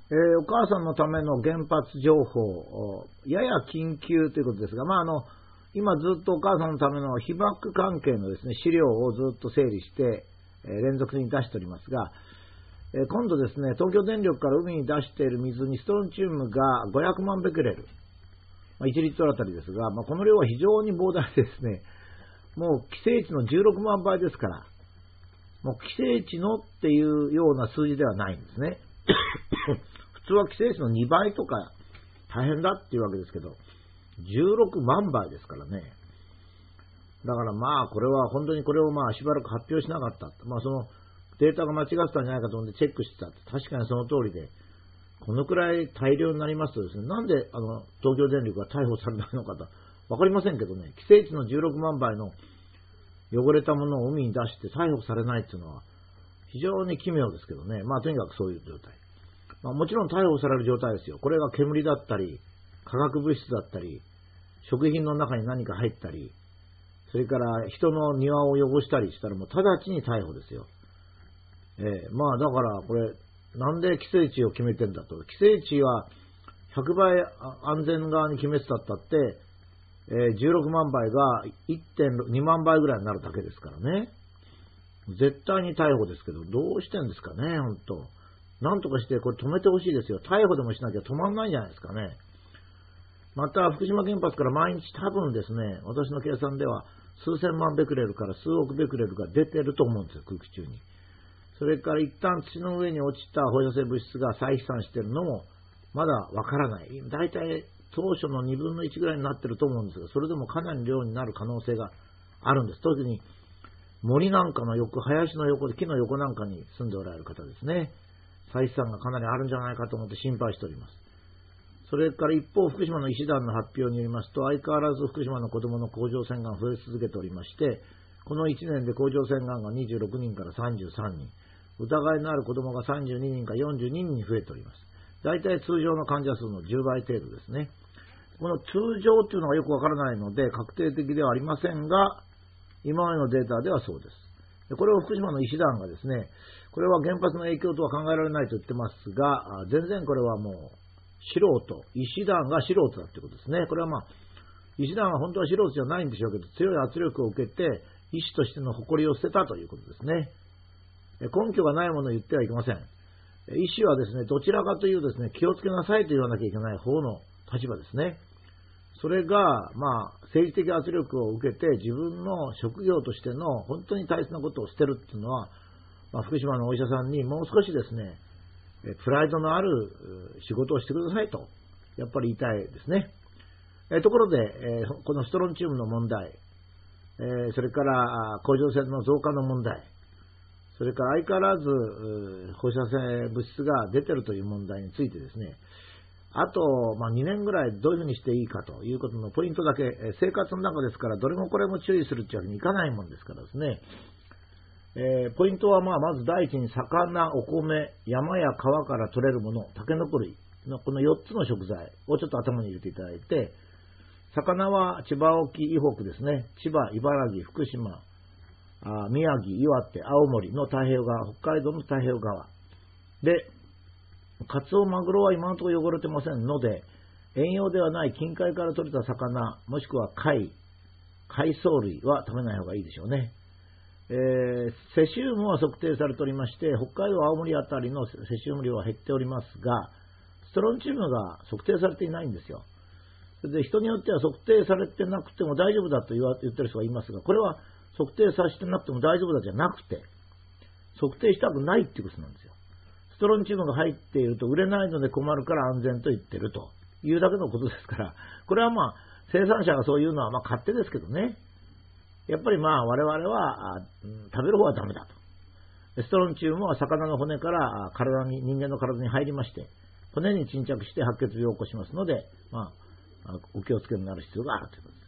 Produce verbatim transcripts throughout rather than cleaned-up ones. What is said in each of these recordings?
えー、お母さんのための原発情報、やや緊急ということですが、まあ、あの今ずっとお母さんのための被爆関係のですね、資料をずっと整理して、えー、連続に出しておりますが、えー、今度ですね、東京電力から海に出している水にストロンチウムがごひゃくまんベクレル、まあ、いちリットルあたりですが、まあ、この量は非常に膨大ですね。もう規制値のじゅうろくまんばいですから、もう規制値のっていうような数字ではないんですね。普通は規制値のにばいとか大変だっていうわけですけど、じゅうろくまんばいですからね。だからまあこれは本当にこれをまあしばらく発表しなかった。まあそのデータが間違ってたんじゃないかと思ってチェックしてた。確かにその通りで、このくらい大量になりますとですね、なんであの東京電力が逮捕されないのかとわかりませんけどね、規制値のじゅうろくまんばいの汚れたものを海に出して逮捕されないっていうのは非常に奇妙ですけどね。まあとにかくそういう状態。まあ、もちろん逮捕される状態ですよ。これが煙だったり、化学物質だったり、食品の中に何か入ったり、それから人の庭を汚したりしたらもう直ちに逮捕ですよ。えー、まあだからこれ、なんで規制値を決めてんだと。規制値はひゃくばい安全側に決めてたったって、えー、じゅうろくまんばいが いってんにまんばいぐらいになるだけですからね。絶対に逮捕ですけど、どうしてんですかね、ほんと。なんとかしてこれ止めてほしいですよ。逮捕でもしなきゃ止まんないんじゃないですかね。また福島原発から毎日多分ですね、私の計算では数千万ベクレルから数億ベクレルが出てると思うんですよ、空気中に。それから一旦土の上に落ちた放射性物質が再飛散しているのもまだわからない。だいたい当初のにぶんのいちぐらいになってると思うんですが、それでもかなり量になる可能性があるんです。特に森なんかの横、林の横で木の横なんかに住んでおられる方ですね。再飛散がかなりあるんじゃないかと思って心配しております。それから一方、福島の医師団の発表によりますと、相変わらず福島の子どもの甲状腺がん増え続けておりまして、このいちねんで甲状腺がんがにじゅうろくにんからさんじゅうさんにん、疑いのある子どもがさんじゅうににんからよんじゅうににんに増えております。大体通常の患者数のじゅうばい程度ですね。この通常というのがよくわからないので確定的ではありませんが、今までのデータではそうです。これを福島の医師団がですね、これは原発の影響とは考えられないと言ってますが、全然これはもう素人、医師団が素人だということですね。これはまあ、医師団は本当は素人じゃないんでしょうけど、強い圧力を受けて医師としての誇りを捨てたということですね。根拠がないものを言ってはいけません。医師はですね、どちらかというですね、気をつけなさいと言わなきゃいけない方の立場ですね。それが、まあ、政治的圧力を受けて自分の職業としての本当に大切なことを捨てるっていうのは、まあ、福島のお医者さんにもう少しですね、プライドのある仕事をしてくださいと、やっぱり言いたいですね。えところで、えこのストロンチウムの問題、えそれから甲状腺の増加の問題、それから相変わらず放射性物質が出てるという問題についてですね、あと、まあ、にねんぐらいどういうふうにしていいかということのポイントだけ、生活の中ですからどれもこれも注意するっていうわけにいかないもんですからですね、えー、ポイントはまあまず第一に魚、お米、山や川から取れるもの、タケノコ類のこのよっつの食材をちょっと頭に入れていただいて、魚は千葉沖以北ですね、千葉、茨城、福島、あ宮城、岩手、青森の太平洋側、北海道の太平洋側で、カツオ、マグロは今のところ汚れてませんので、遠洋ではない近海から取れた魚、もしくは貝、海藻類は食べない方がいいでしょうね。えー、セシウムは測定されておりまして、北海道、青森あたりのセシウム量は減っておりますが、ストロンチウムが測定されていないんですよ。それで人によっては測定されてなくても大丈夫だと言わ言ってる人がいますが、これは測定させてなくても大丈夫だじゃなくて、測定したくないっていうことなんですよ。ストロンチウムが入っていると売れないので困るから安全と言ってるというだけのことですから、これはまあ生産者がそういうのはまあ勝手ですけどね、やっぱりまあ我々は食べる方はダメだと。ストロンチウムは魚の骨から体に人間の体に入りまして、骨に沈着して白血病を起こしますので、まあお気をつけになる必要があるということです。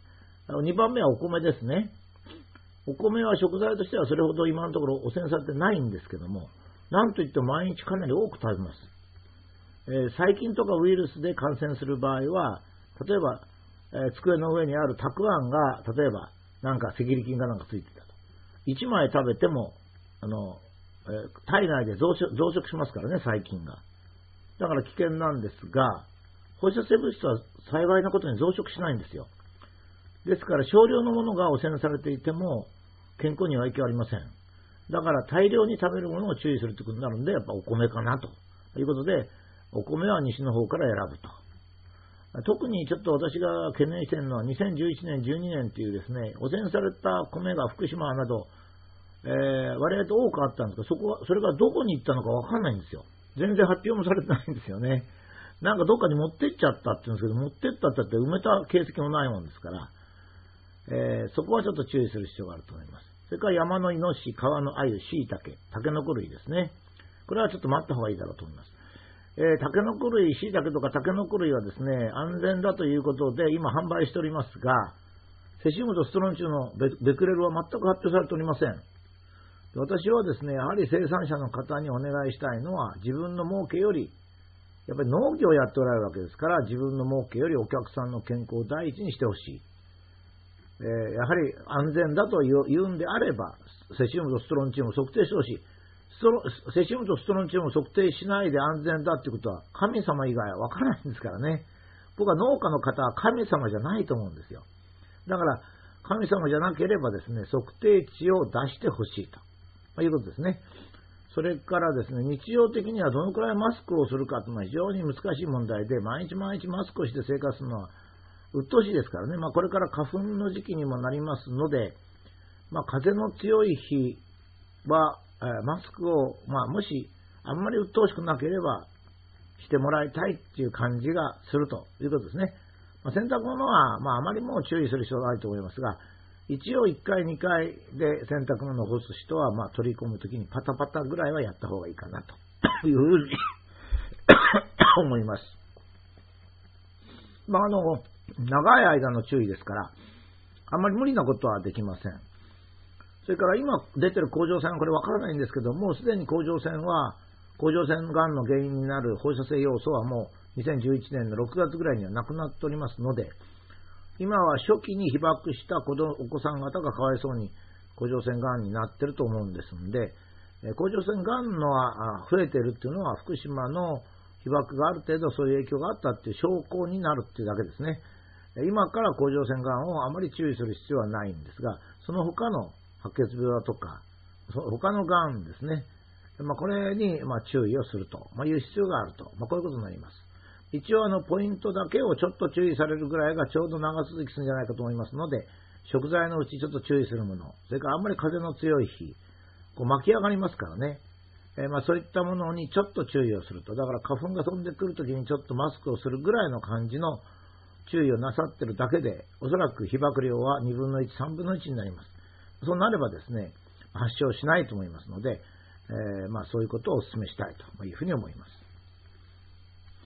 にばんめはお米ですね。お米は食材としてはそれほど今のところ汚染されてないんですけども、なんといっても毎日かなり多く食べます。えー、細菌とかウイルスで感染する場合は、例えば、えー、机の上にあるたくあんが、例えば、なんか赤痢菌がなんかついてたと。いちまい食べても、あの、えー、体内で増殖、増殖しますからね、細菌が。 だから危険なんですが、放射性物質は幸いなことに増殖しないんですよ。ですから少量のものが汚染されていても健康には影響ありません。だから大量に食べるものを注意するということになるんで、やっぱお米かなということで、お米は西の方から選ぶと。特にちょっと私が懸念しているのはにせんじゅういちねん、じゅうにねんというですね、汚染された米が福島など、えー、割合と多くあったんですが、そこは、それがどこに行ったのかわかんないんですよ。全然発表もされてないんですよね。なんかどっかに持ってっちゃったって言うんですけど、持ってったって埋めた形跡もないもんですから、えー、そこはちょっと注意する必要があると思います。それから山のイノシシ、川のアユ、シイタケ、タケノコ類ですね。これはちょっと待った方がいいだろうと思います。えー、タケノコ類、シイタケとかタケノコ類はですね、安全だということで今販売しておりますが、セシウムとストロンチウムのベベクレルは全く発表されておりません。私はですね、やはり生産者の方にお願いしたいのは、自分の儲けより、やっぱり農業をやっておられるわけですから、自分の儲けよりお客さんの健康を第一にしてほしい。えー、やはり安全だと言うんであれば、セシウムとストロンチウムを測定してほしい。ストロセシウムとストロンチウムを測定しないで安全だということは、神様以外は分からないんですからね。僕は農家の方は神様じゃないと思うんですよ。だから、神様じゃなければですね、測定値を出してほしいということですね。それからですね、日常的にはどのくらいマスクをするかというのは非常に難しい問題で、毎日毎日マスクをして生活するのは鬱陶しいですからね。まあ、これから花粉の時期にもなりますので、まあ、風の強い日は、えー、マスクを、まあ、もしあんまり鬱陶しくなければしてもらいたいっていう感じがするということですね。まあ、洗濯物は、まあ、あまりもう注意する必要がないと思いますが、一応いっかい、にかいで洗濯物を干す人は、まあ、取り込むときにパタパタぐらいはやった方がいいかなというふうに思います。まあ、あの、長い間の注意ですから、あんまり無理なことはできません。それから今出てる甲状腺はこれわからないんですけど、もうすでに甲状腺は、甲状腺がんの原因になる放射性要素はもうにせんじゅういちねんのろくがつぐらいにはなくなっておりますので、今は初期に被爆した子どお子さん方がかわいそうに甲状腺がんになっていると思うんですので、甲状腺がんのは増えているというのは福島の被爆がある程度そういう影響があったという証拠になるというだけですね。今から甲状腺がんをあまり注意する必要はないんですが、その他の白血病だとか、他のがんですね、まあ、これにまあ注意をするという必要があると、まあ、こういうことになります。一応あのポイントだけをちょっと注意されるぐらいがちょうど長続きするんじゃないかと思いますので、食材のうちちょっと注意するもの、それからあんまり風の強い日、こう巻き上がりますからね、えー、まあそういったものにちょっと注意をすると、だから花粉が飛んでくるときにちょっとマスクをするぐらいの感じの注意をなさっているだけで、おそらく被爆量はにぶんのいち、さんぶんのいちになります。そうなればですね、発症しないと思いますので、えー、まあそういうことをお勧めしたいというふうに思います。